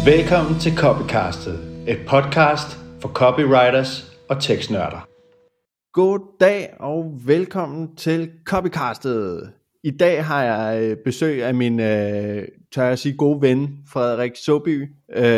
Velkommen til Copycastet, et podcast for copywriters og tekstnørder. God dag og velkommen til Copycastet. I dag har jeg besøg af min, tør jeg sige, gode ven, Frederik Saabye,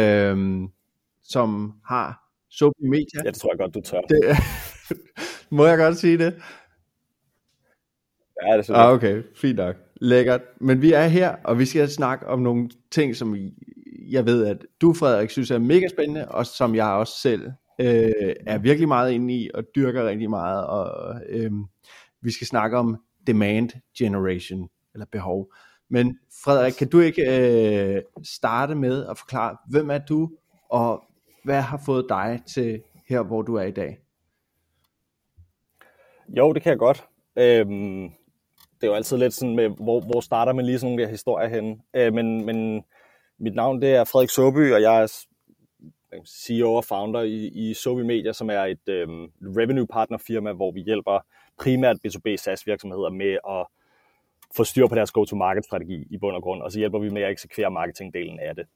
som har Saabye Media. Ja, det tror jeg godt, du tør. Må jeg godt sige det? Ja, det synes jeg. Okay, fint nok. Lækkert. Men vi er her, og vi skal snakke om nogle ting, som jeg ved, at du, Frederik, synes er mega spændende, og som jeg også selv er virkelig meget inde i, og dyrker rigtig meget. Og vi skal snakke om demand generation, eller behov. Men Frederik, kan du ikke starte med at forklare, hvem er du, og hvad har fået dig til her, hvor du er i dag? Jo, det kan jeg godt. Det er jo altid lidt sådan med, hvor starter man lige sådan nogle der historier henne. Men mit navn, det er Frederik Saabye, og jeg er CEO og founder i Saabye Media, som er et revenue partner firma, hvor vi hjælper primært B2B SaaS virksomheder med at få styr på deres go-to-market strategi i bund og grund, og så hjælper vi med at eksekvere marketingdelen af det.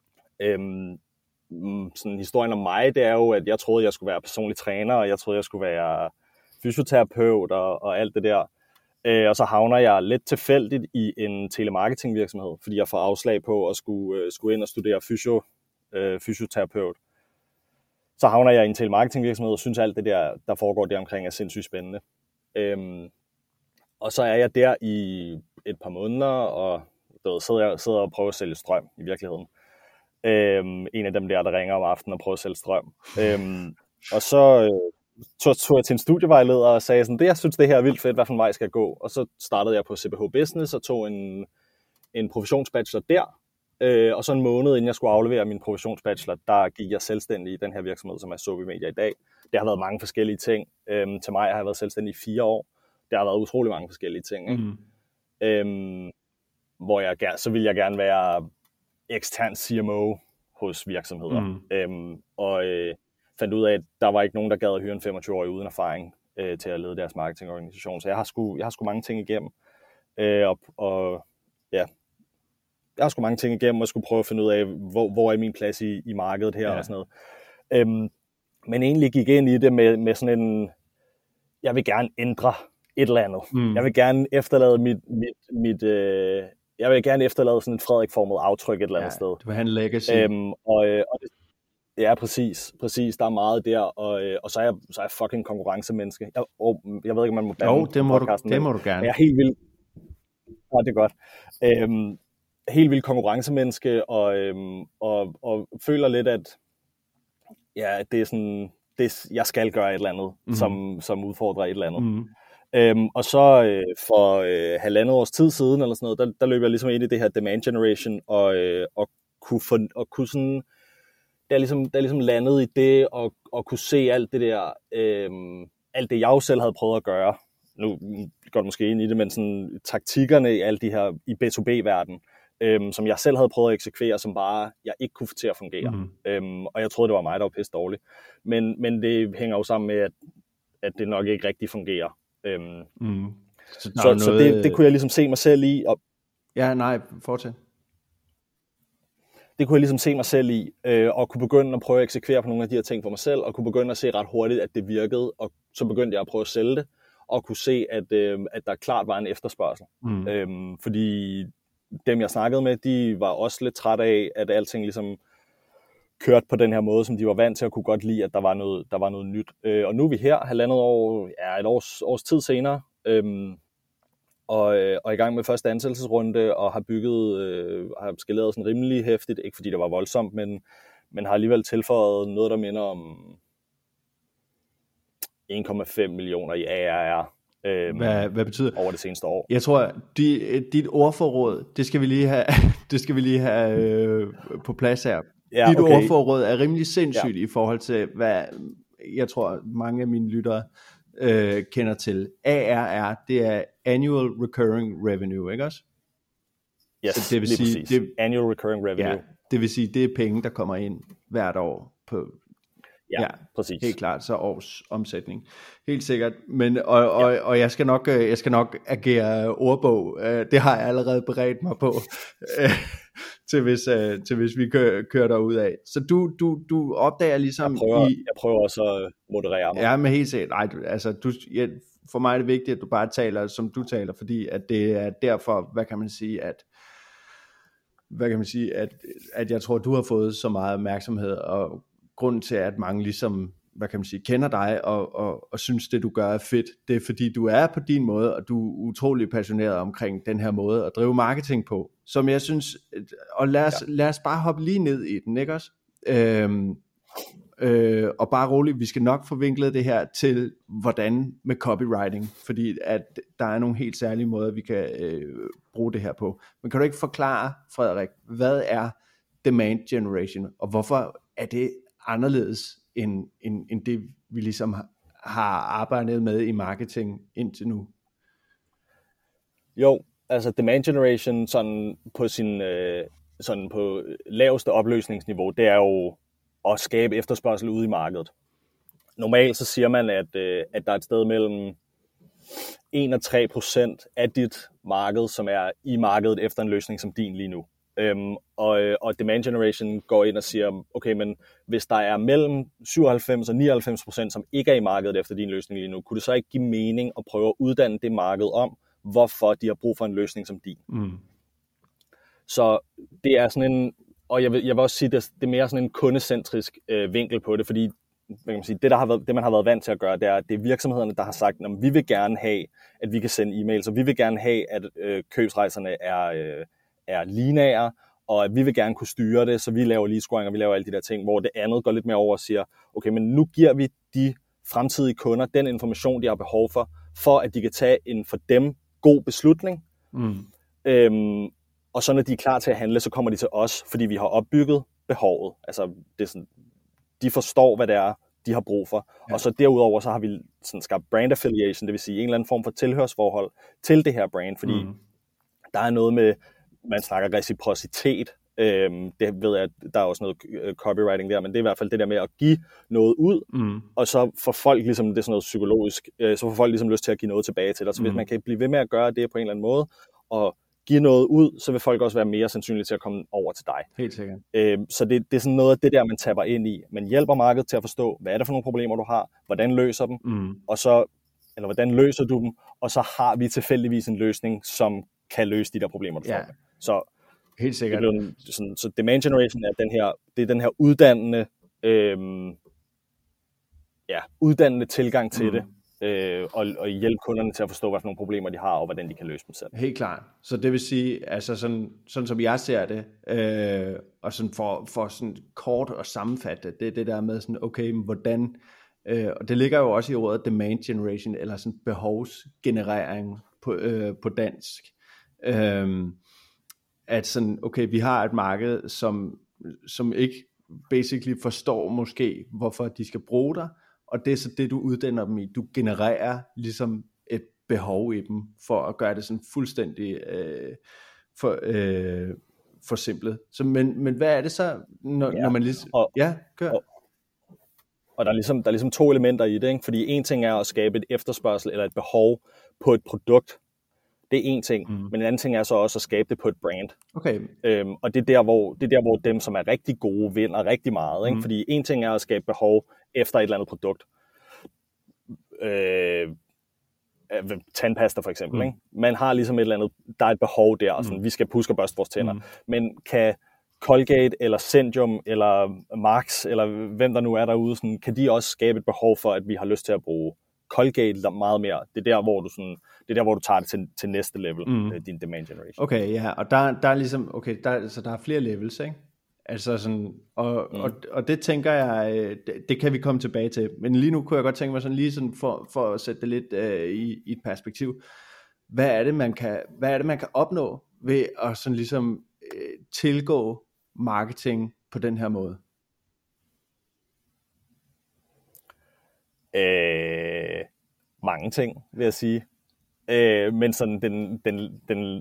Sådan historien om mig, det er jo, at jeg troede, jeg skulle være personlig træner, og jeg troede, jeg skulle være fysioterapeut og alt det der. Og så havner jeg lidt tilfældigt i en telemarketing virksomhed, fordi jeg får afslag på at skulle ind og studere fysioterapeut. Så havner jeg i en telemarketing virksomhed og synes alt det der foregår der omkring er sindssygt spændende. Og så er jeg der i et par måneder og sidder og prøver at sælge strøm i virkeligheden. En af dem der ringer om aftenen og prøver at sælge strøm. Og så tog jeg til en studievejleder og sagde sådan, jeg synes det her er vildt fedt, hvad for en vej skal jeg gå? Og så startede jeg på CBH Business og tog en professionsbachelor der. Og så en måned inden jeg skulle aflevere min professionsbachelor, der gik jeg selvstændig i den her virksomhed, som er Saabye Media i dag. Det har været mange forskellige ting. Til mig har jeg været selvstændig i 4 år. Det har været utrolig mange forskellige ting. Ikke? Hvor så ville jeg gerne være ekstern CMO hos virksomheder. Og fandt ud af, at der var ikke nogen, der gad at hyre en 25-årig uden erfaring til at lede deres marketingorganisation. Så jeg har sgu mange ting igennem. Jeg har sgu mange ting igennem og skulle prøve at finde ud af, hvor er min plads i markedet her og sådan noget. Men egentlig gik ind i det med sådan en, jeg vil gerne ændre et eller andet. Jeg vil gerne efterlade jeg vil gerne efterlade sådan et Frederik-formet aftryk et eller andet sted. Du vil have en legacy. Ja, præcis. Der er meget der, og så er jeg fucking konkurrencemenneske. Jeg ved ikke, om man må bande. Jo, det må du gerne. Jeg er helt vildt. Ja, det er godt. Helt vildt konkurrencemenneske, og føler lidt, at ja, det er sådan, jeg skal gøre et eller andet, som udfordrer et eller andet. Og så for 1,5 års tid siden, eller sådan noget, der løb jeg ligesom ind i det her demand generation, og kunne sådan, der ligesom landet i det, og kunne se alt det der, alt det jeg jo selv havde prøvet at gøre. Nu går det måske ind i det, men sådan taktikkerne i alt de her i B2B-verden, som jeg selv havde prøvet at eksekvere, som bare jeg ikke kunne få til at fungere. Og jeg troede, det var mig, der var pisse dårlig. Men det hænger jo sammen med, at det nok ikke rigtig fungerer. Så det kunne jeg ligesom se mig selv i. Fortsæt. Det kunne jeg ligesom se mig selv i, og kunne begynde at prøve at eksekvere på nogle af de her ting for mig selv, og kunne begynde at se ret hurtigt, at det virkede, og så begyndte jeg at prøve at sælge det, og kunne se, at der klart var en efterspørgsel. Fordi dem, jeg snakkede med, de var også lidt trætte af, at alting ligesom kørte på den her måde, som de var vant til, og kunne godt lide, at der var noget nyt. Og nu er vi her, 1,5 år, et års tid senere, og i gang med første ansættelsesrunde, og har skaleret sådan rimelig hæftigt, ikke fordi det var voldsomt, men har alligevel tilføjet noget, der minder om 1,5 millioner i ARR. Hvad betyder over det seneste år. Jeg tror, dit ordforråd, det skal vi lige have på plads her. Ja, dit ordforråd er rimelig sindssygt i forhold til, hvad jeg tror, mange af mine lyttere kender til. ARR, det er Annual Recurring Revenue, ikke også? Yes, så det vil sige, det, Annual Recurring Revenue. Ja, det vil sige, det er penge, der kommer ind hvert år på. Ja, præcis. Helt klart, så års omsætning. Helt sikkert. Men, og jeg skal nok agere ordbog. Det har jeg allerede beredt mig på. til hvis vi kører derud af. Så du opdager ligesom... Jeg prøver også at moderere mig. Ja, men helt sikkert. Nej, altså, for mig er det vigtigt, at du bare taler, som du taler, fordi at det er derfor, hvad kan man sige, at jeg tror, du har fået så meget opmærksomhed, og grunden til, at mange ligesom, hvad kan man sige, kender dig, og synes, det du gør er fedt, det er fordi, du er på din måde, og du er utrolig passioneret omkring den her måde at drive marketing på, som jeg synes, og lad os bare hoppe lige ned i den, ikke også? Og bare roligt, vi skal nok få vinklet det her til, hvordan med copywriting, fordi at der er nogle helt særlige måder, vi kan bruge det her på. Men kan du ikke forklare, Frederik, hvad er demand generation, og hvorfor er det anderledes end det, vi ligesom har arbejdet med i marketing indtil nu? Jo, altså demand generation sådan på sin sådan på laveste opløsningsniveau, det er jo at skabe efterspørgsel ude i markedet. Normalt så siger man, at der er et sted mellem 1 og 3% af dit marked, som er i markedet efter en løsning som din lige nu. Og demand generation går ind og siger, okay, men hvis der er mellem 97 og 99%, som ikke er i markedet efter din løsning lige nu, kunne det så ikke give mening at prøve at uddanne det marked om, hvorfor de har brug for en løsning som din? Så det er sådan en, og jeg vil også sige, det er mere sådan en kundecentrisk vinkel på det, fordi hvad kan man sige, det man har været vant til at gøre, det er virksomhederne, der har sagt, at vi vil gerne have, at vi kan sende e-mails, og vi vil gerne have, at købsrejserne er lineære, og at vi vil gerne kunne styre det, så vi laver lead scoring, og vi laver alle de der ting, hvor det andet går lidt mere over og siger, okay, men nu giver vi de fremtidige kunder den information, de har behov for at de kan tage en for dem god beslutning. Og så når de er klar til at handle, så kommer de til os, fordi vi har opbygget behovet. Altså, det er sådan, de forstår, hvad det er, de har brug for. Ja. Og så derudover, så har vi sådan skabt brand affiliation, det vil sige en eller anden form for tilhørsforhold til det her brand, fordi der er noget med, man snakker reciprocitet, det ved jeg, at der er også noget copywriting der, men det er i hvert fald det der med at give noget ud, og så får folk ligesom, det er sådan noget psykologisk, så får folk ligesom lyst til at give noget tilbage til dig. Så hvis man kan blive ved med at gøre det på en eller anden måde, og give noget ud, så vil folk også være mere sandsynlige til at komme over til dig. Helt sikkert. Så det er sådan noget af det der, man tapper ind i. Man hjælper markedet til at forstå, hvad er det for nogle problemer, du har, hvordan løser dem, og så, eller hvordan løser du dem, og så har vi tilfældigvis en løsning, som kan løse de der problemer, du får. Så helt sikkert. Så demand generation er den her uddannende tilgang til det. Og hjælpe kunderne til at forstå, hvad for nogle problemer de har, og hvordan de kan løse dem selv. Helt klart. Så det vil sige, altså sådan som jeg ser det, og sådan for sådan kort at sammenfatte, det der med sådan, okay, men hvordan, og det ligger jo også i ordet demand generation, eller sådan behovsgenerering på dansk, at sådan, okay, vi har et marked, som ikke basically forstår måske, hvorfor de skal bruge dig, og det er så det, du uddanner dem i. Du genererer ligesom et behov i dem, for at gøre det sådan fuldstændig forsimplet. Så, men hvad er det så, når man ligesom... Gør. Og der er ligesom to elementer i det, ikke? Fordi en ting er at skabe et efterspørgsel eller et behov på et produkt. Det er en ting, men en anden ting er så også at skabe det på et brand. Okay. Og det er der, hvor dem, som er rigtig gode, vinder rigtig meget. Ikke? Fordi en ting er at skabe behov efter et eller andet produkt. Tandpasta for eksempel. Ikke? Man har ligesom et eller andet, der er et behov der, og sådan, vi skal huske at børste vores tænder. Men kan Colgate eller Zendium eller Max eller hvem der nu er derude, sådan, kan de også skabe et behov for, at vi har lyst til at bruge Colgate meget mere? Det er der, hvor du tager det til næste level, din demand generation. Okay, ja, og der er ligesom, okay, så der er flere levels, ikke? Altså sådan, og det tænker jeg, det kan vi komme tilbage til, men lige nu kunne jeg godt tænke mig sådan lige sådan for at sætte det lidt i et perspektiv. Hvad er det man kan opnå ved at sådan ligesom tilgå marketing på den her måde? Mange ting, vil jeg sige. Men sådan den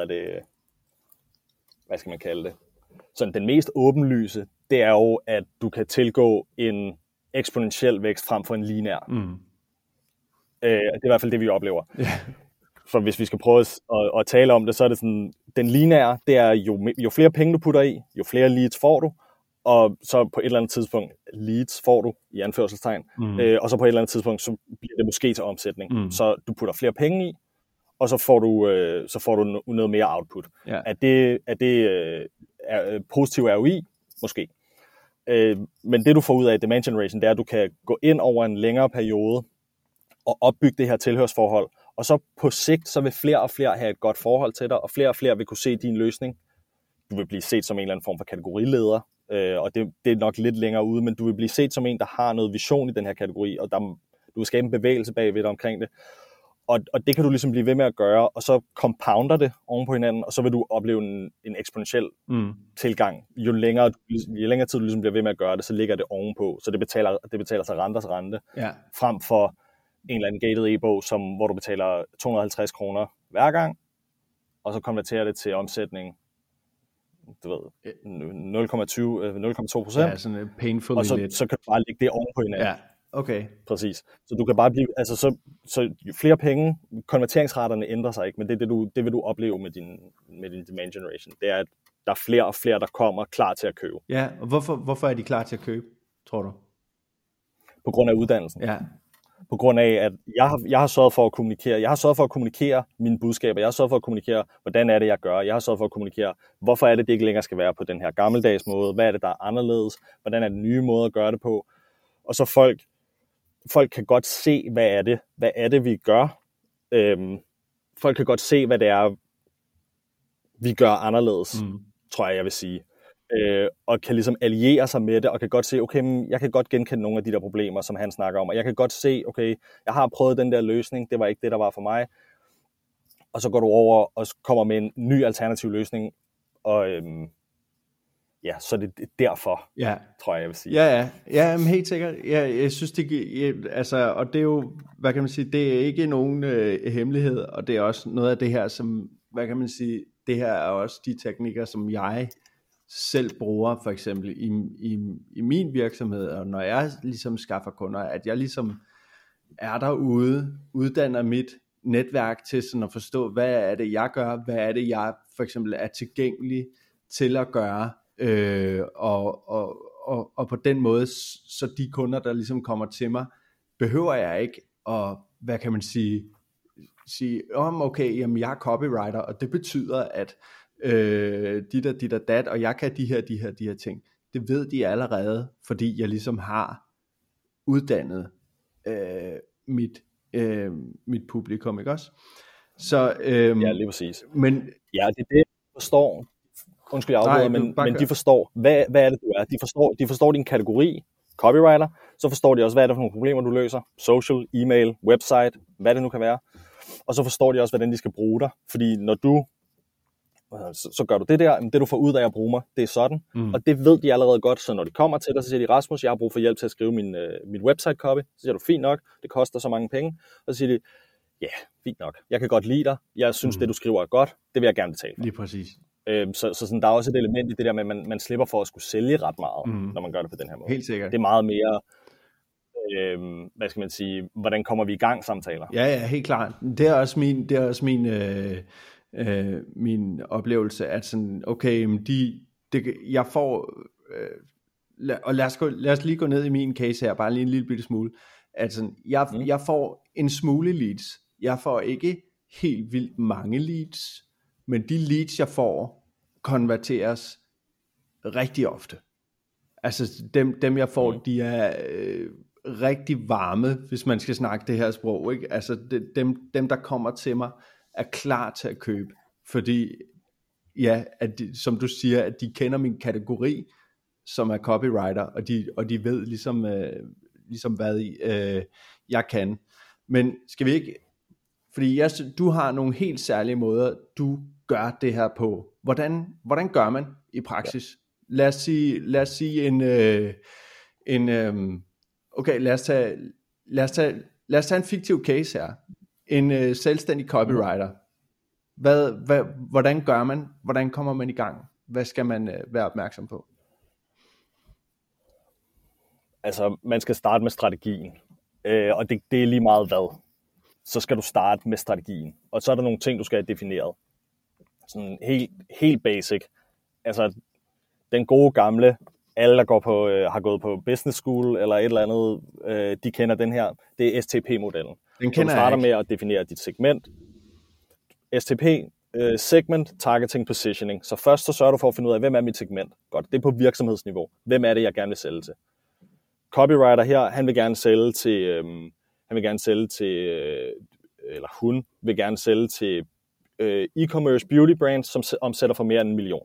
hvad skal man kalde det? Sådan den mest åbenlyse, det er jo, at du kan tilgå en eksponentiel vækst frem for en lineær. Det er i hvert fald det, vi oplever. for hvis vi skal prøve at tale om det, så er det sådan, den lineære, det er jo flere penge du putter i, jo flere leads får du, og så på et eller andet tidspunkt, leads får du, i anførselstegn, og så på et eller andet tidspunkt, så bliver det måske til omsætning. Så du putter flere penge i, og så får du noget mere output. Ja. Er det positiv ROI? Måske. Men det du får ud af demand generation, det er, at du kan gå ind over en længere periode og opbygge det her tilhørsforhold, og så på sigt, så vil flere og flere have et godt forhold til dig, og flere vil kunne se din løsning. Du vil blive set som en eller anden form for kategorileder, og det er nok lidt længere ude, men du vil blive set som en, der har noget vision i den her kategori, og du vil skabe en bevægelse bagved dig omkring det. Og det kan du ligesom blive ved med at gøre, og så compounder det oven på hinanden, og så vil du opleve en eksponentiel tilgang. Jo længere tid du ligesom bliver ved med at gøre det, så ligger det ovenpå, så det betaler sig renters rente, frem for en eller anden gated e-bog, hvor du betaler 250 kroner hver gang, og så konverterer det til omsætning, du ved, 0,2%. Ja, sådan painfully og lidt. så kan du bare lægge det oven på hinanden. Ja, okay. Præcis. Så du kan bare blive, altså så jo flere penge, konverteringsraterne ændrer sig ikke, men det vil du opleve med din demand generation. Det er, at der er flere og flere, der kommer klar til at købe. Ja, og hvorfor er de klar til at købe, tror du? På grund af uddannelsen. Ja. På grund af, at jeg har sørget for at kommunikere. Jeg har sørget for at kommunikere mine budskaber. Jeg har sørget for at kommunikere, hvordan er det, jeg gør. Jeg har sørget for at kommunikere, hvorfor er det ikke længere skal være på den her gammeldags måde. Hvad er det, der er anderledes? Hvordan er den nye måde at gøre det på? Og så folk kan godt se, hvad er det, vi gør. Folk kan godt se, hvad det er, vi gør anderledes, tror jeg vil sige. Og kan ligesom alliere sig med det, og kan godt se, okay, jeg kan godt genkende nogle af de der problemer, som han snakker om, og jeg kan godt se, okay, jeg har prøvet den der løsning, det var ikke det, der var for mig, og så går du over og kommer med en ny alternativ løsning, og så det er derfor, tror jeg vil sige. Ja, men helt sikkert. Jeg synes, og det er jo, hvad kan man sige, det er ikke nogen hemmelighed, og det er også noget af det her, som, hvad kan man sige, det her er også de teknikker, som jeg selv bruger, for eksempel i min virksomhed, og når jeg ligesom skaffer kunder, at jeg ligesom er derude, uddanner mit netværk til sådan at forstå, hvad er det, jeg gør, hvad er det, jeg for eksempel er tilgængelig til at gøre, og på den måde, så de kunder, der ligesom kommer til mig, behøver jeg ikke at, hvad kan man sige, okay, jamen jeg er copywriter, og det betyder, at dit og dat, og jeg kan de her ting. Det ved de allerede, fordi jeg ligesom har uddannet mit publikum, ikke også? Så, ja, lige præcis. Men, ja, det er det, jeg forstår. Undskyld, jeg afbryder, men de forstår, hvad er det, du er. De forstår din kategori, copywriter, så forstår de også, hvad er det for nogle problemer, du løser. Social, e-mail, website, hvad det nu kan være. Og så forstår de også, hvordan de skal bruge dig. Fordi når du så gør du det der, det du får ud af at bruge mig, det er sådan, og det ved de allerede godt, så når de kommer til dig, så siger de, Rasmus, jeg har brug for hjælp til at skrive min website copy, så siger du, fint nok, det koster så mange penge, og så siger de, ja, fint nok, jeg kan godt lide dig, jeg synes, det du skriver er godt, det vil jeg gerne betale for. Lige præcis. Så sådan, der er også et element i det der med, at man slipper for at skulle sælge ret meget, når man gør det på den her måde. Helt sikkert. Det er meget mere, hvad skal man sige, hvordan kommer vi i gang samtaler? Ja, helt klart. Det er også min oplevelse, at sådan, okay, jeg får, og lad os lige gå ned i min case her, bare lige en lille bitte smule, at sådan, jeg får en smule leads, jeg får ikke helt vildt mange leads, men de leads, jeg får, konverteres rigtig ofte. Altså dem jeg får, de er rigtig varme, hvis man skal snakke det her sprog, ikke? Altså dem der kommer til mig, er klar til at købe, fordi ja, som du siger, at de kender min kategori, som er copywriter, og de ved ligesom hvad jeg kan. Men skal vi ikke, fordi du har nogle helt særlige måder, du gør det her på. Hvordan gør man i praksis? Ja. Lad os sige okay, lad os tage en fiktiv case her. En selvstændig copywriter. Hvordan gør man? Hvordan kommer man i gang? Hvad skal man være opmærksom på? Altså, man skal starte med strategien. Og det er lige meget hvad. så skal du starte med strategien. Og så er der nogle ting, du skal have defineret. Sådan helt basic. Altså, den gode gamle, alle, der har gået på business school eller et eller andet, de kender den her. Det er STP-modellen. Den kender du starter med at definere dit segment. STP, segment, targeting, positioning. Så først så sørger du for at finde ud af, hvem er mit segment. Godt, det er på virksomhedsniveau. Hvem er det, jeg gerne vil sælge til? Copywriter her, han vil gerne sælge til, eller hun vil gerne sælge til e-commerce beauty brands, som omsætter for mere end 1 million.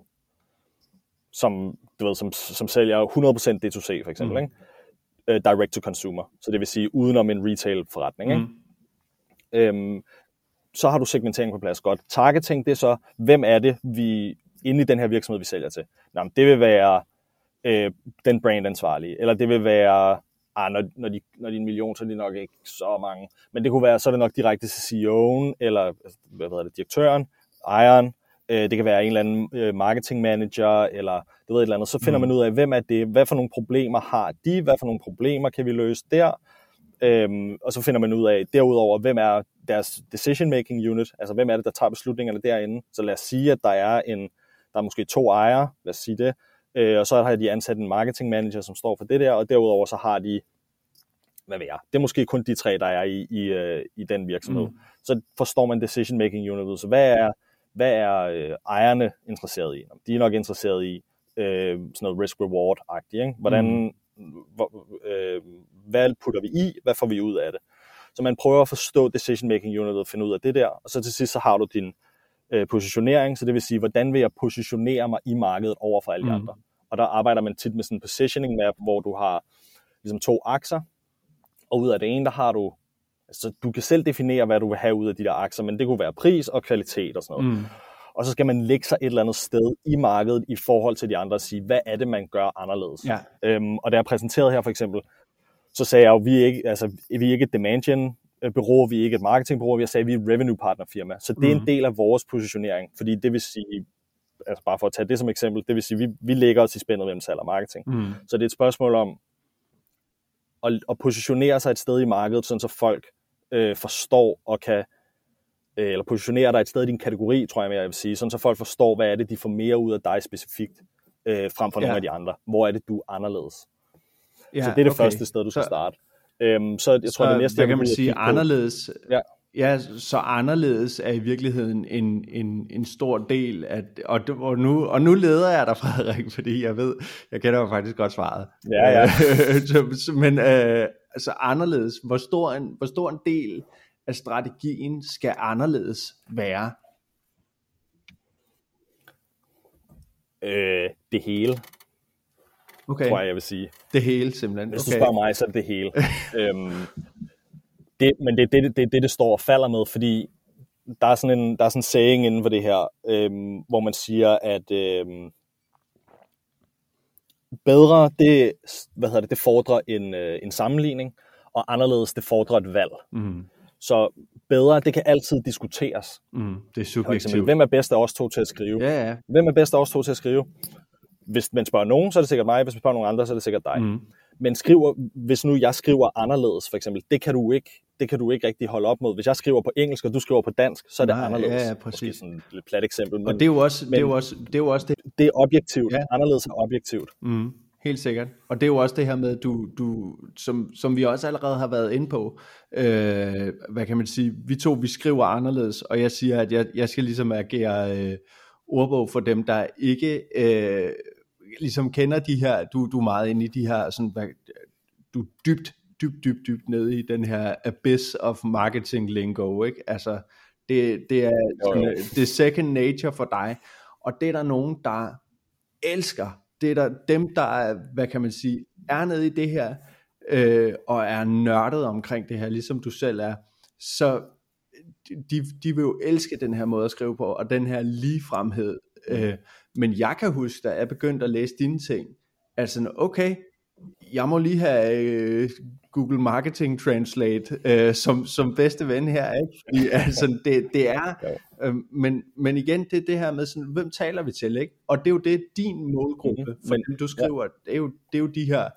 Som sælger 100% D2C for eksempel, ikke? Direct to consumer. Så det vil sige udenom en retail forretning, ikke? Så har du segmentering på plads. Godt. Targeting, det er så, hvem er det, vi inde i den her virksomhed, vi sælger til? Nå, det vil være den brandansvarlige, eller det vil være, når de er 1 million, så er de nok ikke så mange, men det kunne være, så er det nok direkte til CEO'en, eller direktøren, ejeren, det kan være en eller anden marketing manager, eller du ved et eller andet, så finder man ud af, hvem er det, hvad for nogle problemer har de, hvad for nogle problemer kan vi løse der, og så finder man ud af, derudover, hvem er deres decision making unit, altså hvem er det, der tager beslutningerne derinde, så lad os sige, at der er måske 2 ejere, lad os sige det, og så har de ansat en marketing manager, som står for det der, og derudover så har de, hvad ved jeg, det er måske kun de 3, der er i den virksomhed. Så forstår man decision making unit, så hvad er ejerne interesseret i? De er nok interesseret i sådan noget risk-reward-agtigt, ikke? Hvad putter vi i? Hvad får vi ud af det? Så man prøver at forstå decision making unit og finde ud af det der, og så til sidst så har du din positionering, så det vil sige, hvordan vil jeg positionere mig i markedet over for alle de andre. Og der arbejder man tit med sådan en positioning map, hvor du har ligesom 2 akser, og ud af det ene, der har du, altså du kan selv definere, hvad du vil have ud af de der akser, men det kunne være pris og kvalitet og sådan noget. Og så skal man lægge sig et eller andet sted i markedet i forhold til de andre og sige, hvad er det, man gør anderledes. Ja. Og da jeg præsenterede her for eksempel, så sagde jeg jo, vi er ikke et demand gen bureau, vi er ikke et marketingbureau, jeg sagde, vi er et revenue partner firma. Så det er en del af vores positionering, fordi det vil sige, altså bare for at tage det som eksempel, det vil sige, vi lægger os i spændet mellem salg og marketing. Så det er et spørgsmål om at positionere sig et sted i markedet, sådan så folk forstår og kan, eller positionere dig et sted i din kategori, tror jeg vil sige, sådan så folk forstår, hvad er det, de får mere ud af dig specifikt, frem for nogle af de andre. Hvor er det, du er anderledes? Ja, så det er det første sted, du skal starte. Så jeg tror, det næste, hvad kan man sige, anderledes... Ja, så anderledes er i virkeligheden en stor del af, og nu leder jeg dig, Frederik, fordi jeg kender jo faktisk godt svaret. Ja. Men altså anderledes, hvor stor en del af strategien skal anderledes være? Det hele. Okay. Tror jeg vil sige. Det hele simpelthen. Hvis du spørger mig, så er det hele. Men det er det står og falder med, fordi der er sådan en saying inden for det her, hvor man siger, at bedre, det fordrer en sammenligning, og anderledes, det fordrer et valg. Så bedre, det kan altid diskuteres. Det er subjektivt. Hvem er bedst af os 2 til at skrive? Ja. Hvem er bedst af os 2 til at skrive? Hvis man spørger nogen, så er det sikkert mig. Hvis man spørger nogen andre, så er det sikkert dig. Men hvis nu jeg skriver anderledes, for eksempel, det kan du ikke rigtig holde op mod. Hvis jeg skriver på engelsk, og du skriver på dansk, så er det anderledes. Ja, præcis. Måske sådan et lidt plat eksempel. Men, og det er jo også det. Det er objektivt. Ja. Anderledes er objektivt. Helt sikkert. Og det er jo også det her med, du som vi også allerede har været inde på, hvad kan man sige, vi skriver anderledes, og jeg siger, at jeg skal ligesom agere ordbog for dem, der ikke ligesom kender de her, du er meget inde i de her, sådan, du er dybt nede i den her abyss of marketing lingo, ikke? Altså, det er second nature for dig, og det er der nogen, der elsker. Det er der dem, der er, hvad kan man sige, er nede i det her, og er nørdet omkring det her, ligesom du selv er, så de vil jo elske den her måde at skrive på, og den her ligefremhed. Men jeg kan huske, da jeg begyndte at læse dine ting, altså okay, jeg må lige have Google Marketing Translate som bedste ven her, ikke? Fordi altså, det er, men igen, det er det her med sådan, hvem taler vi til, ikke? Og det er jo det, din målgruppe, for dem du skriver, det er jo de her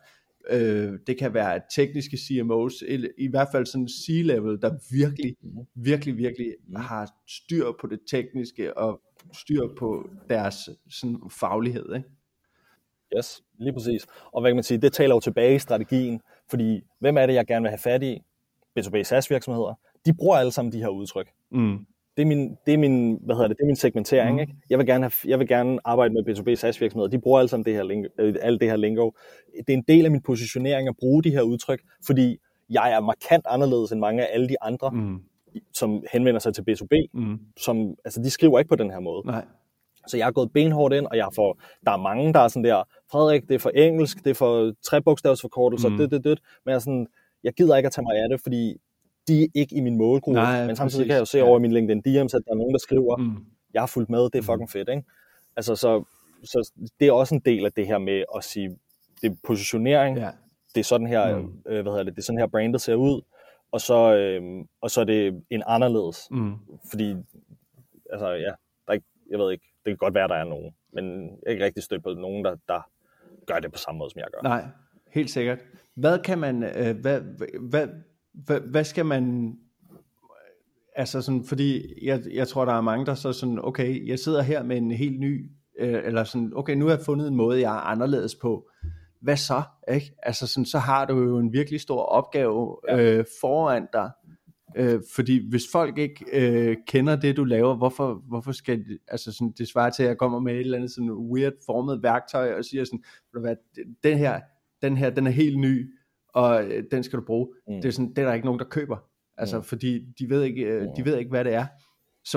det kan være tekniske CMOs, i hvert fald sådan C-level, der virkelig har styr på det tekniske, og styr på deres sådan faglighed, ikke? Yes, lige præcis. Og hvad kan man sige, det taler jo tilbage i strategien, fordi hvem er det, jeg gerne vil have fat i? B2B SaaS virksomheder, de bruger alle sammen de her udtryk. Det er min segmentering, ikke? Jeg vil gerne arbejde med B2B SaaS virksomheder. De bruger alle sammen alt det her lingo. Det er en del af min positionering at bruge de her udtryk, fordi jeg er markant anderledes end mange af alle de andre, som henvender sig til B2B, som altså de skriver ikke på den her måde. Nej. Så jeg er gået benhårdt ind, og der er mange, der er sådan der, Frederik, det er for engelsk, det er for trebogstavsforkortelser, men jeg gider ikke at tage mig af det, fordi de er ikke i min målgruppe. Nej, men samtidig kan jeg jo se over i min LinkedIn DM's, at der er nogen, der skriver, jeg har fulgt med, det er fucking fedt, ikke? Altså, så det er også en del af det her med at sige, det er positionering, det er sådan her, det er sådan her brandet ser ud, og så er det en anderledes, fordi, altså ja, jeg ved ikke, det kan godt være, der er nogen, men jeg er ikke rigtig stødt på nogen, der gør det på samme måde, som jeg gør. Nej, helt sikkert. Hvad kan man, hvad skal man, altså sådan, fordi jeg tror, der er mange, der så sådan, okay, jeg sidder her med en helt ny, eller sådan, okay, nu har jeg fundet en måde, jeg er anderledes på. Hvad så, ikke? Altså sådan, så har du jo en virkelig stor opgave foran dig. Fordi hvis folk ikke kender det du laver, hvorfor skal altså sådan, det svarer til at jeg kommer med et eller andet sådan weird formet værktøj og siger sådan, den her den er helt ny, og den skal du bruge. Det er sådan, det er der ikke nogen der køber, altså fordi de ved ikke hvad det er. Så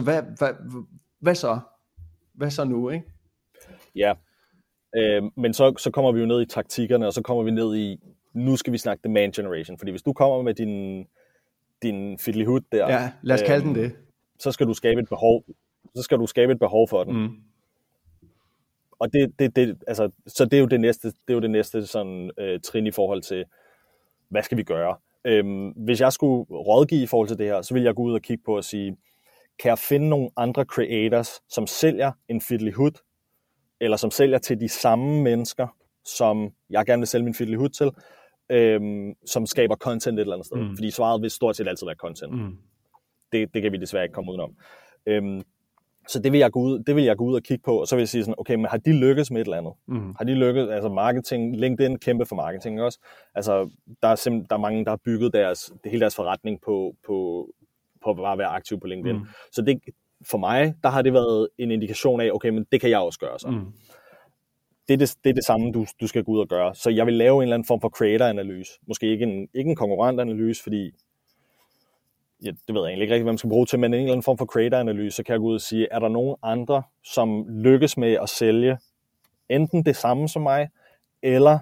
hvad så nu, ikke? Ja, men så kommer vi jo ned i taktikkerne, og så kommer vi ned i, nu skal vi snakke demand generation, fordi hvis du kommer med din fiddlyhood der. Ja, lad os kalde den det. Så skal du skabe et behov for den. Og altså, så det er jo det næste sådan trin i forhold til, hvad skal vi gøre? Hvis jeg skulle rådgive i forhold til det her, så vil jeg gå ud og kigge på og sige, kan jeg finde nogle andre creators, som sælger en fiddlyhood, eller som sælger til de samme mennesker, som jeg gerne vil sælge min fiddlyhood til, som skaber content et eller andet sted. Fordi svaret vil stort set altid være content. Det kan vi desværre ikke komme udenom. Så det vil jeg gå ud og kigge på, og så vil jeg sige sådan, okay, men har de lykkes med et eller andet? Har de lykkes, altså marketing, LinkedIn kæmpe for marketing også. Altså, der er mange, der har bygget hele deres forretning på bare at være aktiv på LinkedIn. Så det, for mig, der har det været en indikation af, okay, men det kan jeg også gøre så. Det er det samme, du skal gå ud og gøre. Så jeg vil lave en eller anden form for creator-analyse. Måske ikke en konkurrent-analyse, fordi det ved jeg egentlig ikke rigtig, hvad man skal bruge til, men en eller anden form for creator-analyse, så kan jeg gå ud og sige, er der nogen andre, som lykkes med at sælge enten det samme som mig, eller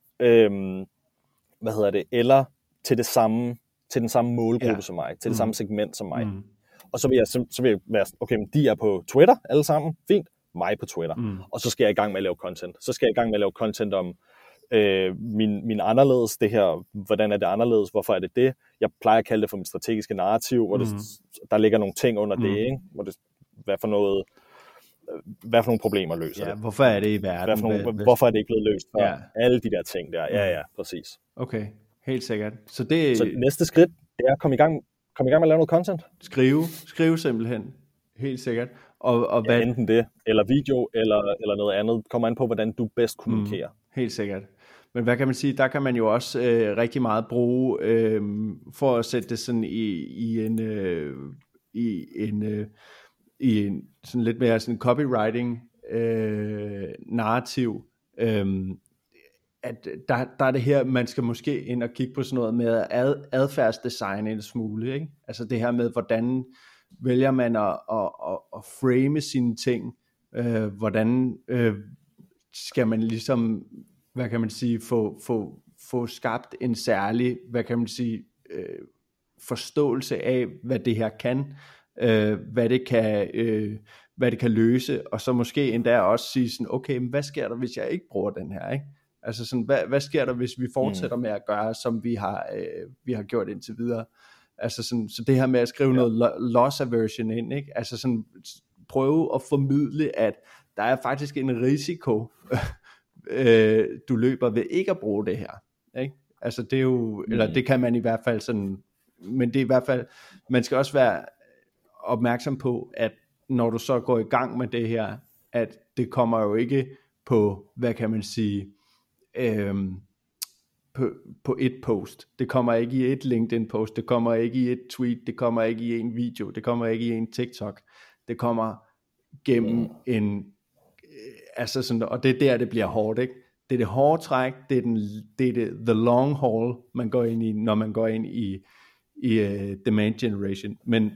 eller til den samme målgruppe som mig, til det samme segment som mig. Og så vil jeg være, okay, men de er på Twitter alle sammen, fint, mig på Twitter. Og så skal jeg i gang med at lave content. Så skal jeg i gang med at lave content om min anderledes, det her, hvordan er det anderledes, hvorfor er det det? Jeg plejer at kalde det for mit strategiske narrativ, hvor der ligger nogle ting under det, ikke? Hvor det, hvad for nogle problemer løser det? Hvorfor er det i verden? Hvorfor er det ikke blevet løst før? Alle de der ting der. Ja, præcis. Okay, helt sikkert. Så næste skridt, det er at komme i gang med at lave noget content. Skrive simpelthen. Helt sikkert. Og hvad... enten det, eller video, eller noget andet. Kommer an på, hvordan du bedst kommunikerer. Helt sikkert. Men hvad kan man sige, der kan man jo også rigtig meget bruge, for at sætte det sådan i en sådan lidt mere sådan copywriting narrativ, at der er det her, man skal måske ind og kigge på sådan noget med adfærdsdesign en smule, ikke? Altså det her med, hvordan vælger man at frame sine ting, hvordan skal man ligesom, hvad kan man sige, få skabt en særlig, hvad kan man sige, forståelse af, hvad det her kan, hvad det kan løse, og så måske endda også sige sådan, okay, men hvad sker der, hvis jeg ikke bruger den her, ikke? Altså sådan, hvad sker der, hvis vi fortsætter med at gøre, som vi har gjort indtil videre? Altså sådan, så det her med at skrive noget loss aversion ind, ikke? Altså sådan, prøve at formidle, at der er faktisk en risiko, du løber ved ikke at bruge det her. ikke? Altså det er jo, eller det kan man i hvert fald sådan, men det er i hvert fald, man skal også være opmærksom på, at når du så går i gang med det her, at det kommer jo ikke på, hvad kan man sige, på et post. Det kommer ikke i et LinkedIn post, det kommer ikke i et tweet, det kommer ikke i en video, det kommer ikke i en TikTok. Det kommer gennem en, altså sådan, og det er der, det bliver hårdt, ikke? Det er det hårde træk, det er the long haul, man går ind i, når man går ind i demand generation. Men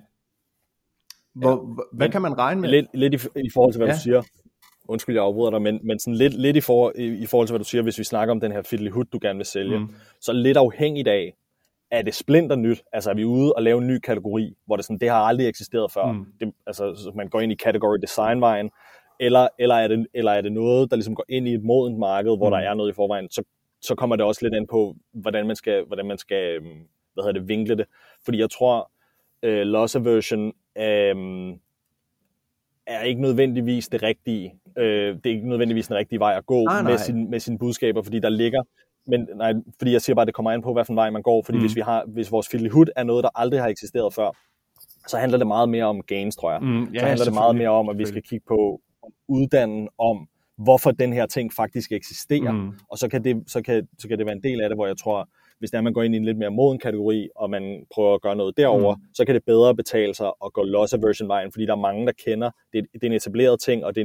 hvad kan man regne med? Lidt i forhold til, hvad du siger. Undskyld, jeg afbryder dig, men sådan lidt i forhold til, hvad du siger, hvis vi snakker om den her fiddly-hood, du gerne vil sælge, så lidt afhængigt af, er det splinter nyt? Altså er vi ude og lave en ny kategori, hvor det sådan, det har aldrig eksisteret før. Det, altså man går ind i category design-vejen, eller er det noget, der ligesom går ind i et modent marked, hvor der er noget i forvejen, så kommer det også lidt an på, hvordan man skal vinkle det. Fordi jeg tror, loss aversion er ikke nødvendigvis det rigtige. Det er ikke nødvendigvis den rigtige vej at gå med sine budskaber, fordi der ligger. Men nej, fordi jeg siger bare, at det kommer an på, hvad for en vej man går. Fordi hvis vores fiddly-hood er noget, der aldrig har eksisteret før, så handler det meget mere om gains, tror jeg. Så handler det meget mere om, at vi skal kigge på uddanne om, hvorfor den her ting faktisk eksisterer. Og så kan det være en del af det, hvor jeg tror, hvis man går ind i en lidt mere moden kategori, og man prøver at gøre noget derover, så kan det bedre betale sig at gå loss aversion vejen, fordi der er mange, der kender, det er en etableret ting, og det er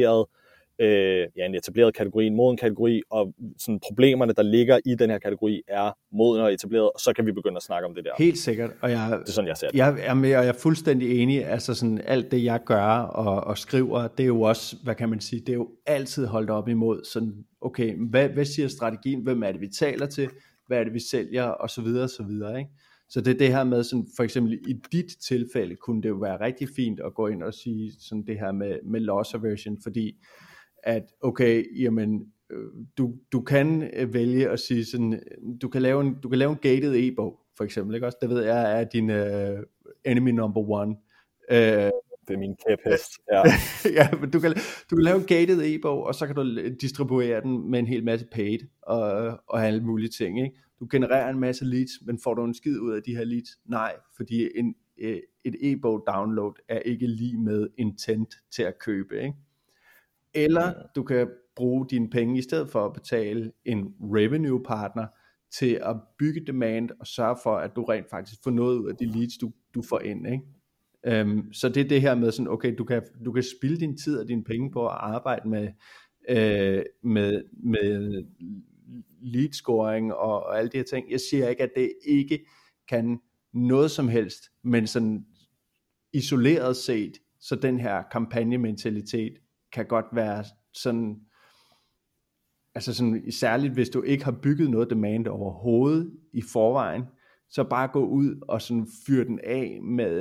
en etableret kategori, en moden kategori, og sådan problemerne, der ligger i den her kategori, er moden og etableret, og så kan vi begynde at snakke om det der. Helt sikkert, og det er sådan, jeg ser det. Jeg er med, og jeg er fuldstændig enig, altså sådan alt det, jeg gør og skriver, det er jo også, hvad kan man sige, det er jo altid holdt op imod, sådan, okay, hvad siger strategien, hvem er det, vi taler til, hvad er det, vi sælger, og så videre, og så videre, ikke? Så det er det her med, sådan, for eksempel i dit tilfælde, kunne det jo være rigtig fint at gå ind og sige sådan det her med loss aversion, fordi at okay, jamen, du kan vælge at sige sådan, du kan lave en gated e-bog, for eksempel, ikke også? Det ved jeg er din enemy number one. Det er min kæphest, ja. Ja, men du kan lave en gated e-bog, og så kan du distribuere den med en hel masse paid, og alle mulige ting, ikke? Du genererer en masse leads, men får du en skid ud af de her leads? Nej, fordi et e-bog download er ikke lige med intent til at købe, ikke? Eller du kan bruge dine penge i stedet for at betale en revenue partner til at bygge demand og sørge for, at du rent faktisk får noget ud af de leads, du får ind, ikke? Så det er det her med sådan, okay, du kan spilde din tid og dine penge på at arbejde med lead scoring og alle de her ting. Jeg siger ikke, at det ikke kan noget som helst, men sådan isoleret set, så den her kampagnementalitet kan godt være sådan, altså sådan, særligt hvis du ikke har bygget noget demand overhovedet i forvejen, så bare gå ud og sådan fyre den af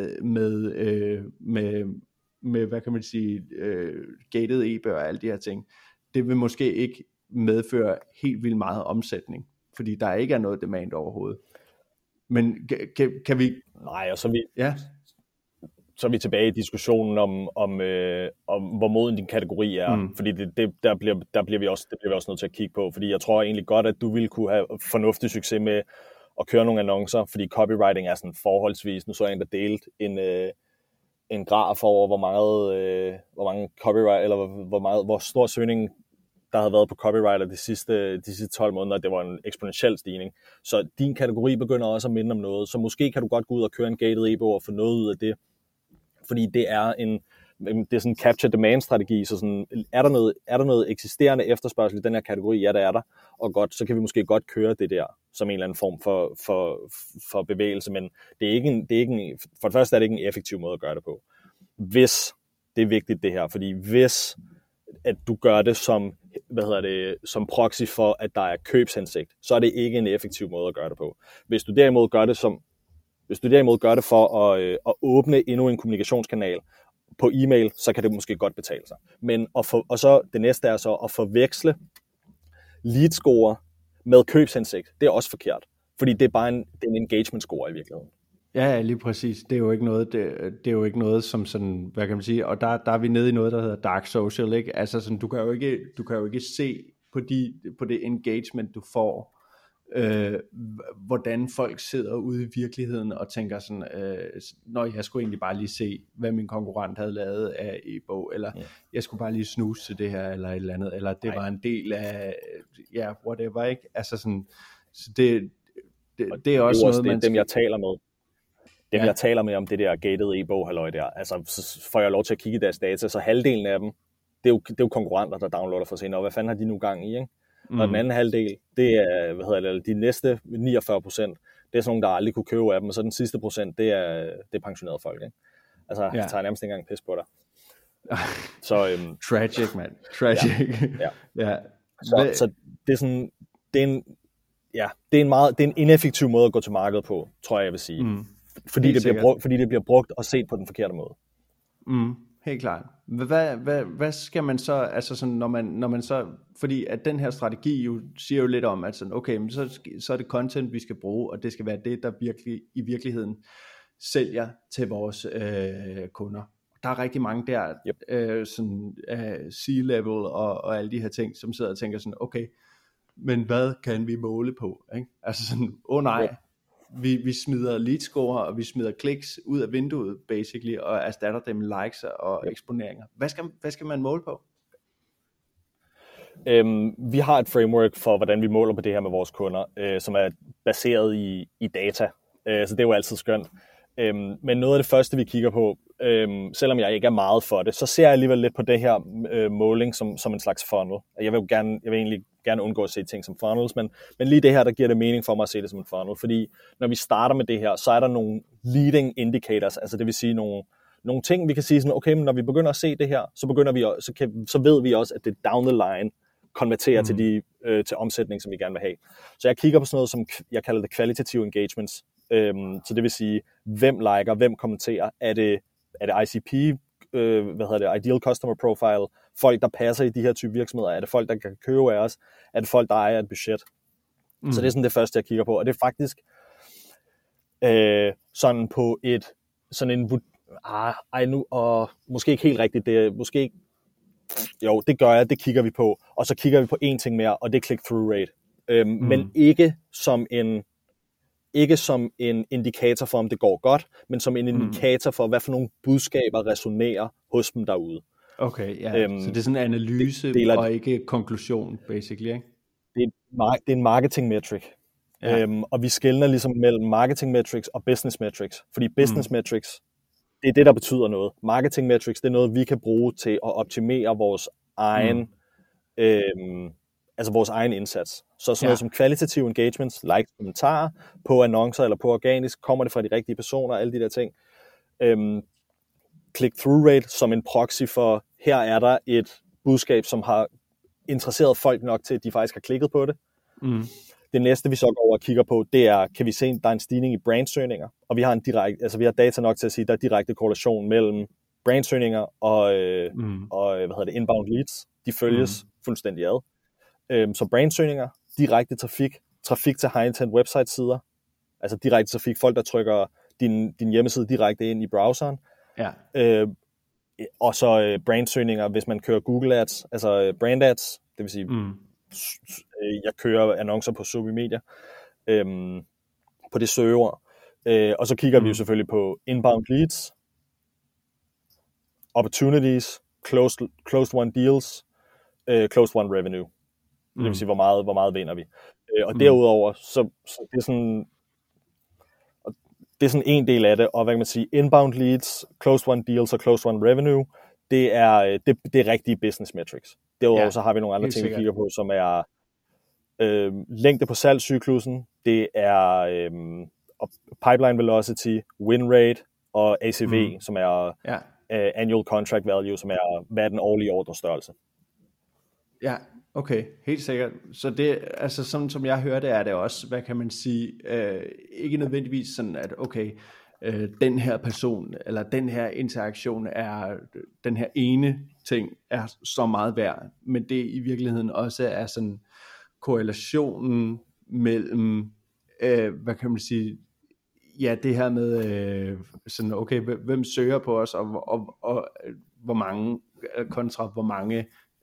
med hvad kan man sige, gated e-bøger og alle de her ting. Det vil måske ikke medføre helt vildt meget omsætning, fordi der ikke er noget demand overhovedet. Men kan vi... Nej, og så er vi tilbage i diskussionen om hvor moden din kategori er, fordi der bliver vi også nødt til at kigge på, fordi jeg tror egentlig godt, at du ville kunne have fornuftig succes med at køre nogle annoncer, fordi copywriting er sådan forholdsvis, nu så jeg en, der delte en graf over, hvor mange copyright, eller hvor stor søgning der havde været på copywriter de sidste 12 måneder, det var en eksponentiel stigning. Så din kategori begynder også at minde om noget, så måske kan du godt gå ud og køre en gated e-bog og få noget ud af det, fordi det er sådan en capture demand strategi, så sådan, er der noget eksisterende efterspørgsel i den her kategori? Ja, der er der, og godt, så kan vi måske godt køre det der som en eller anden form for bevægelse, men det er ikke for det første er det ikke en effektiv måde at gøre det på. Hvis, det er vigtigt det her, fordi hvis at du gør det som proxy for, at der er købshensigt, så er det ikke en effektiv måde at gøre det på. Hvis du derimod gør det for at åbne endnu en kommunikationskanal på e-mail, så kan det måske godt betale sig. Men og så det næste er så at forveksle lead score med købshensigt. Det er også forkert, fordi det er bare en engagement score i virkeligheden. Ja, lige præcis. Det er jo ikke noget, det er jo ikke noget som sådan, hvad kan man sige, og der er vi nede i noget, der hedder dark social, ikke? Altså sådan, du kan jo ikke se på det engagement, du får hvordan folk sidder ude i virkeligheden og tænker sådan, når jeg skulle egentlig bare lige se, hvad min konkurrent havde lavet af e-bog, eller jeg skulle bare lige snuse til det her, eller et eller andet, eller det var en del af, whatever, ikke? Altså sådan, så det er også noget, man dem, jeg taler med. Jeg taler med om det der gated e-bog halløj der, altså så får jeg lov til at kigge i deres data, så halvdelen af dem, det er jo konkurrenter, der downloader for sig, og hvad fanden har de nu gang i, ikke? Og den anden halvdel, det er, de næste 49%, det er sådan nogle, der aldrig kunne købe af dem, og så den sidste procent, det er pensionerede folk, ikke? Altså, jeg tager nærmest ikke engang pis på dig. Så, tragic, man. Tragic. Ja. Så det er sådan, det er en ineffektiv måde at gå til markedet på, tror jeg vil sige. Fordi det bliver brugt og set på den forkerte måde. Helt klart. Hvad skal man så, altså sådan, når man så, fordi at den her strategi jo siger jo lidt om, at sådan, okay, men så er det content, vi skal bruge, og det skal være det, der virkelig i virkeligheden sælger til vores kunder. Der er rigtig mange der, sådan C-level og alle de her ting, som sidder og tænker sådan, okay, men hvad kan vi måle på? Ikke? Altså sådan, nej, vi smider lead score, og vi smider kliks ud af vinduet, basically, og erstatter dem med likes og eksponeringer. Hvad skal man måle på? Vi har et framework for, hvordan vi måler på det her med vores kunder, som er baseret i data. Så det er jo altid skønt. Men noget af det første, vi kigger på, selvom jeg ikke er meget for det, så ser jeg alligevel lidt på det her måling som en slags funnel. Jeg vil egentlig gerne undgå at se ting som funnels, men lige det her, der giver det mening for mig at se det som en funnel, fordi når vi starter med det her, så er der nogle leading indicators, altså det vil sige nogle ting, vi kan sige sådan, okay, men når vi begynder at se det her, så ved vi også, at det down the line konverterer til omsætning, som vi gerne vil have. Så jeg kigger på sådan noget, som jeg kalder det kvalitative engagements. Så det vil sige, hvem liker, hvem kommenterer, er det ICP, Ideal Customer Profile, folk, der passer i de her type virksomheder, er det folk, der kan købe af os, er det folk, der ejer et budget. Så det er sådan det første, jeg kigger på, og det er faktisk sådan på måske ikke helt rigtigt, det er måske ikke, jo, det gør jeg, det kigger vi på, og så kigger vi på en ting mere, og det er click-through rate, men ikke som en indikator for, om det går godt, men som en indikator for, hvad for nogle budskaber resonerer hos dem derude. Okay, ja. Så det er sådan en analyse og ikke konklusion, basically, ikke? Det er en marketing metric. Ja. Og vi skelner ligesom mellem marketing metrics og business metrics. Fordi business metrics, det er det, der betyder noget. Marketing metrics, det er noget, vi kan bruge til at optimere vores egen vores egen indsats. Så sådan noget som kvalitative engagements, likes, kommentarer på annoncer eller på organisk, kommer det fra de rigtige personer, alle de der ting. Click-through rate som en proxy for, her er der et budskab, som har interesseret folk nok til, at de faktisk har klikket på det. Det næste, vi så går over og kigger på, det er, kan vi se, at der er en stigning i brandsøgninger, og vi har vi har data nok til at sige, at der er direkte korrelation mellem brandsøgninger og inbound leads. De følges fuldstændig ad. Så brandsøgninger, direkte trafik til high-intent website-sider, altså direkte trafik, folk, der trykker din hjemmeside direkte ind i browseren. Ja. Og så brandsøgninger, hvis man kører Google Ads, altså brand ads, det vil sige, jeg kører annoncer på social media, på det søgeord. Og så kigger vi jo selvfølgelig på inbound leads, opportunities, closed won deals, closed won revenue. Det vil sige, hvor meget vinder vi. Og derudover, så det er sådan en del af det, og hvad kan man sige, inbound leads, closed won deals og closed won revenue, det er rigtige business metrics. Derudover så har vi nogle andre ting, vi kigger på, som er længde på salgscyklusen, det er pipeline velocity, win rate og ACV, som er annual contract value, som er, hvad er den årlige ordrestørrelse. Ja, okay, helt sikkert. Så det, altså sådan som jeg hører det, er det også, hvad kan man sige, ikke nødvendigvis sådan, at okay, den her person, eller den her interaktion er, den her ene ting er så meget værd, men det i virkeligheden også er sådan korrelationen mellem, hvad kan man sige, ja, det her med sådan, okay, hvem søger på os, og hvor mange, kontra hvor mange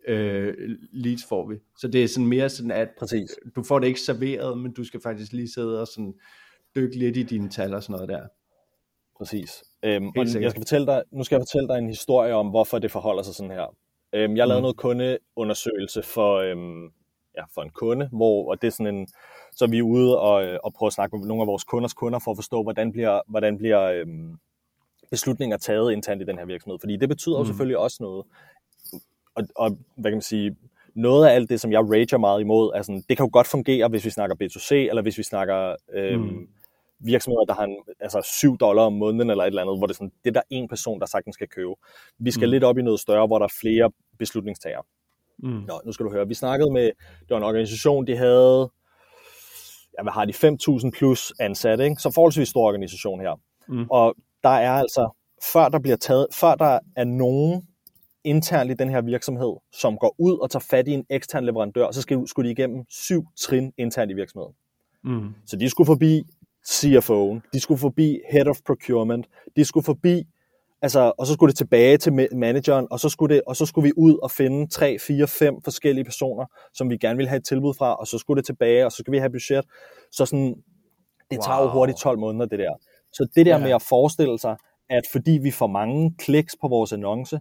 leads får vi. Så det er sådan mere sådan, at Præcis. du får det ikke serveret, men du skal faktisk lige sidde og sådan dykke lidt i dine tal og sådan noget der. Præcis. Og nu skal jeg fortælle dig en historie om, hvorfor det forholder sig sådan her. Jeg lavede noget kundeundersøgelse for en kunde, og det er sådan en, så er vi ude og prøve at snakke med nogle af vores kunders kunder for at forstå, hvordan bliver beslutninger taget internt i den her virksomhed. Fordi det betyder jo selvfølgelig også noget. Og hvad kan man sige, noget af alt det, som jeg rager meget imod, er sådan, det kan jo godt fungere, hvis vi snakker B2C, eller hvis vi snakker virksomheder, der har $7 om måneden, eller et eller andet, hvor det er sådan, det er der en person, der sagtens skal købe. Vi skal lidt op i noget større, hvor der er flere beslutningstagere. Nå, nu skal du høre. Vi snakkede med, det var en organisation, de havde, hvad har de, 5.000 plus ansatte, ikke? Så forholdsvis stor organisation her. Og der er altså, før der er nogen internt i den her virksomhed, som går ud og tager fat i en ekstern leverandør, så skulle de igennem 7 trin internt i virksomheden. Så de skulle forbi CFO'en, de skulle forbi Head of Procurement, de skulle forbi, og så skulle det tilbage til manageren, og så skulle vi ud og finde 3, 4, 5 forskellige personer, som vi gerne ville have et tilbud fra, og så skulle det tilbage, og så skal vi have budget. Så sådan, det tager jo hurtigt 12 måneder, det der. Så det der med at forestille sig, at fordi vi får mange kliks på vores annonce,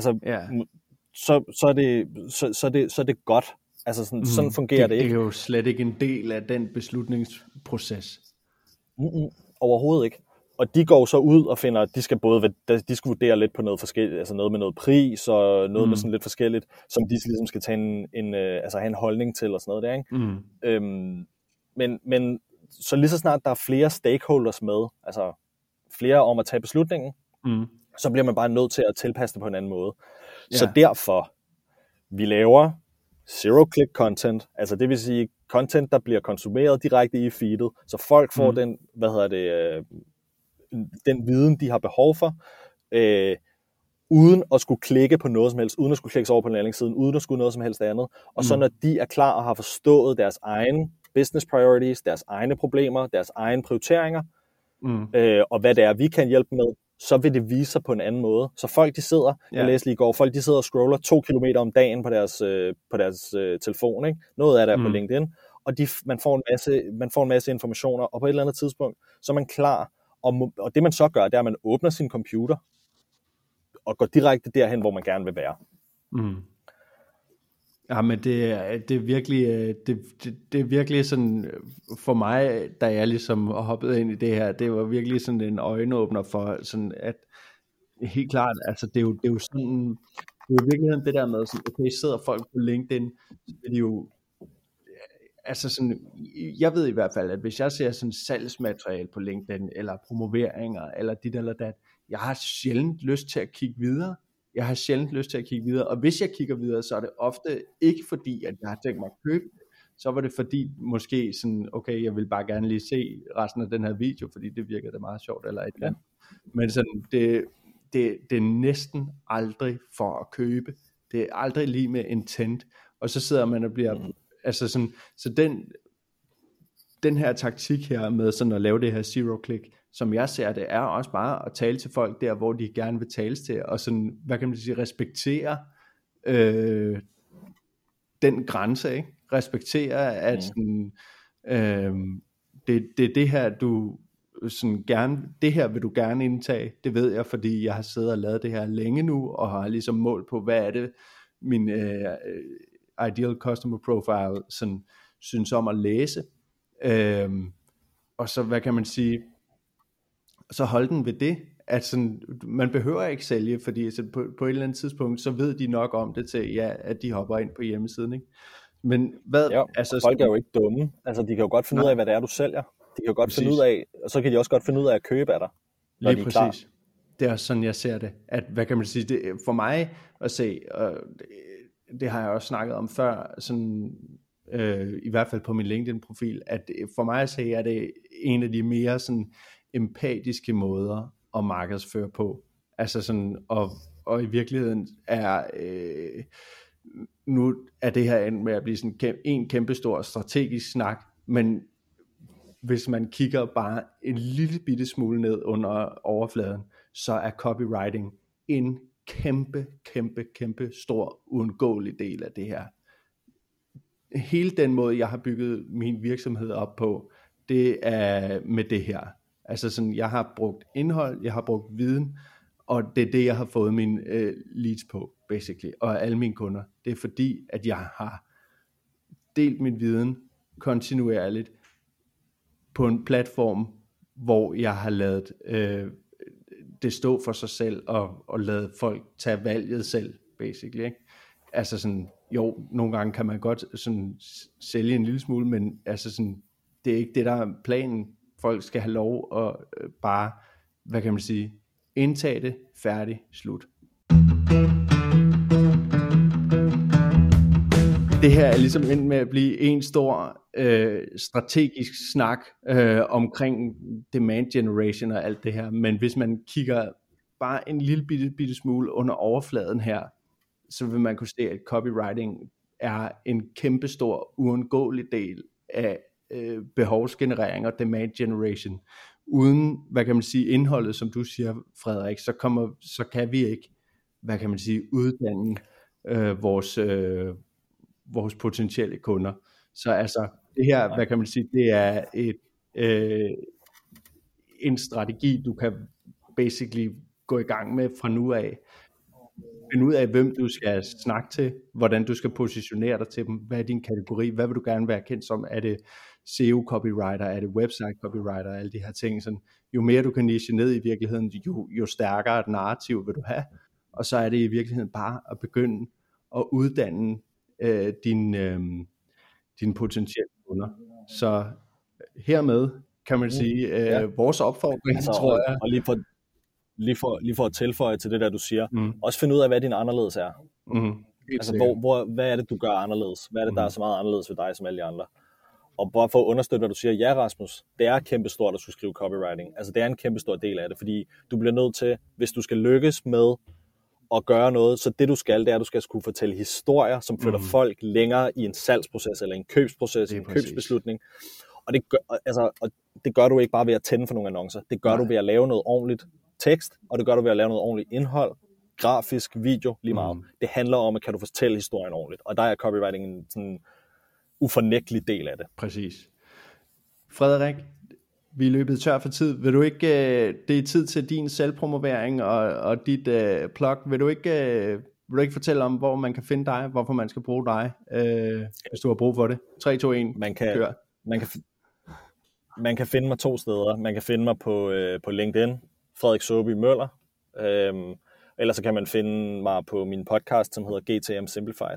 så er det godt. Altså sådan fungerer det ikke. Det er jo slet ikke en del af den beslutningsproces. Overhovedet ikke. Og de går så ud og finder, de skal vurdere lidt på noget forskelligt, altså noget med noget pris og noget med sådan lidt forskelligt, som de ligesom skal tage have en holdning til og sådan noget der, ikke? Men så lige så snart der er flere stakeholders med, altså flere om at tage beslutningen, så bliver man bare nødt til at tilpasse det på en anden måde. Så derfor, vi laver zero-click content, altså det vil sige content, der bliver konsumeret direkte i feedet, så folk får den, den viden, de har behov for, uden at skulle klikke på noget som helst, uden at skulle klikke over på landingssiden, uden at skulle noget som helst andet. Og så når de er klar og har forstået deres egen business priorities, deres egne problemer, deres egne prioriteringer, og hvad det er, vi kan hjælpe med, så vil det vise sig på en anden måde. Så folk, de sidder, jeg læste lige i går, folk, de sidder og scroller 2 kilometer om dagen på deres telefon, ikke? Noget af det er på LinkedIn, og man får en masse informationer, og på et eller andet tidspunkt, så er man klar, og det man så gør, det er, at man åbner sin computer, og går direkte derhen, hvor man gerne vil være. Ja, men det er virkelig, det er virkelig sådan, for mig, da jeg ligesom hoppede ind i det her, det var virkelig sådan en øjenåbner for sådan, at helt klart, altså det er jo sådan, det er jo virkelig det der med, sådan, okay, sidder folk på LinkedIn, så er de jo, altså sådan, jeg ved i hvert fald, at hvis jeg ser sådan salgsmateriale på LinkedIn, eller promoveringer, eller dit eller dat, jeg har sjældent lyst til at kigge videre. Og hvis jeg kigger videre, så er det ofte ikke fordi, at jeg har tænkt mig at købe det. Så var det fordi, måske sådan, okay, jeg vil bare gerne lige se resten af den her video, fordi det virker da meget sjovt, eller et eller andet. Men sådan, det er næsten aldrig for at købe. Det er aldrig lige med intent. Og så sidder man og bliver, altså sådan, så den her taktik her med sådan at lave det her zero click, som jeg ser det, er også bare at tale til folk der, hvor de gerne vil tales til, og sådan, hvad kan man sige, respektere den grænse, ikke? Respektere, at sådan, det er det her, du sådan gerne, det her vil du gerne indtage, det ved jeg, fordi jeg har siddet og lavet det her længe nu, og har ligesom målt på, hvad er det, min ideal customer profile sådan, synes om at læse, og så, hvad kan man sige, så hold den ved det, at sådan, man behøver ikke sælge, fordi så på et eller andet tidspunkt, så ved de nok om det til, at de hopper ind på hjemmesiden, ikke? Men hvad, folk er jo ikke dumme, altså de kan jo godt finde ud af, hvad det er, du sælger, de kan jo godt finde ud af, og så kan de også godt finde ud af at købe af dig, når lige de er præcis. Klar. Det er også sådan, jeg ser det, at, hvad kan man sige, det, for mig at se, og det har jeg også snakket om før, sådan, i hvert fald på min LinkedIn-profil, at for mig at se, er det en af de mere sådan empatiske måder at markedsføre på. Altså sådan, og i virkeligheden er, nu er det her endt med at blive sådan en kæmpestor strategisk snak, men hvis man kigger bare en lille bitte smule ned under overfladen, så er copywriting en kæmpe stor uundgåelig del af det her. Hele den måde, jeg har bygget min virksomhed op på, det er med det her. Altså sådan, jeg har brugt indhold, jeg har brugt viden, og det er det, jeg har fået mine leads på, basically, og alle mine kunder. Det er fordi, at jeg har delt min viden kontinuerligt på en platform, hvor jeg har lavet det stå for sig selv, og lavet folk tage valget selv, basically, ikke? Altså sådan, jo, nogle gange kan man godt sådan sælge en lille smule, men altså sådan, det er ikke det, der er planen. Folk skal have lov at bare, hvad kan man sige, indtage det, færdig, slut. Det her er ligesom endt med at blive en stor strategisk snak omkring demand generation og alt det her, men hvis man kigger bare en lille bitte smule under overfladen her, så vil man kunne se, at copywriting er en kæmpestor uundgåelig del af behovsgenerering og demand generation. Uden, hvad kan man sige, indholdet, som du siger, Frederik, så kan vi ikke, hvad kan man sige, uddanne vores potentielle kunder. Så altså, det her, hvad kan man sige, det er en strategi, du kan basically gå i gang med fra nu af. Finde ud af, hvem du skal snakke til, hvordan du skal positionere dig til dem, hvad er din kategori, hvad vil du gerne være kendt som, er det SEO copywriter, er det website copywriter, alle de her ting. Sådan, jo mere du kan niche ned i virkeligheden, jo stærkere et narrativ vil du have, og så er det i virkeligheden bare at begynde at uddanne dine potentielle kunder. Så hermed kan man sige, vores opfordring, altså, tror jeg. Og lige for at tilføje til det der, du siger, også finde ud af, hvad din anderledes er. Altså, hvad er det, du gør anderledes? Hvad er det, der er så meget anderledes ved dig, som alle de andre? Og bare for at understøtte, hvad du siger, ja Rasmus, det er kæmpestort at skulle skrive copywriting. Altså, det er en kæmpestor del af det, fordi du bliver nødt til, hvis du skal lykkes med at gøre noget, så det du skal, det er, at du skal skulle fortælle historier, som flytter folk længere i en salgsproces, eller en købsproces, en købsbeslutning. Og det gør du ikke bare ved at tænde for nogle annoncer. Det gør du ved at lave noget ordentligt tekst, og det gør du ved at lave noget ordentligt indhold, grafisk, video, lige meget. Det handler om, at kan du fortælle historien ordentligt. Og der er copywriting en sådan ufornægtelig del af det. Præcis. Frederik, vi er løbet tør for tid. Vil du ikke, det er tid til din selvpromovering og dit plug. Vil du ikke fortælle om, hvor man kan finde dig, hvorfor man skal bruge dig, hvis du har brug for det? 3, 2, 1, kør. Man kan finde mig 2 steder. Man kan finde mig på LinkedIn, Frederik Saabye Møller. Ellers så kan man finde mig på min podcast, som hedder GTM Simplified.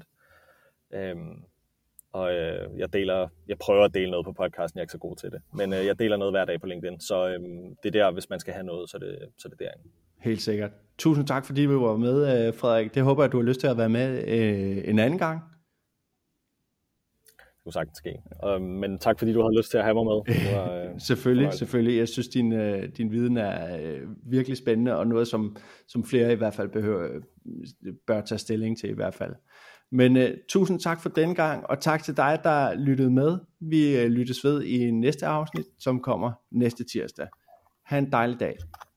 Og jeg prøver at dele noget på podcasten, jeg er ikke så god til det. Men jeg deler noget hver dag på LinkedIn, så det er der, hvis man skal have noget, så er det derinde. Helt sikkert. Tusind tak, fordi du var med, Frederik. Det håber jeg, du har lyst til at være med en anden gang. Det kunne sagtens ske. Men tak, fordi du har lyst til at have mig med. Selvfølgelig. Jeg synes, din viden er virkelig spændende, og noget, som flere i hvert fald bør tage stilling til i hvert fald. Men tusind tak for denne gang, og tak til dig, der lyttede med. Vi lyttes ved i næste afsnit, som kommer næste tirsdag. Ha' en dejlig dag.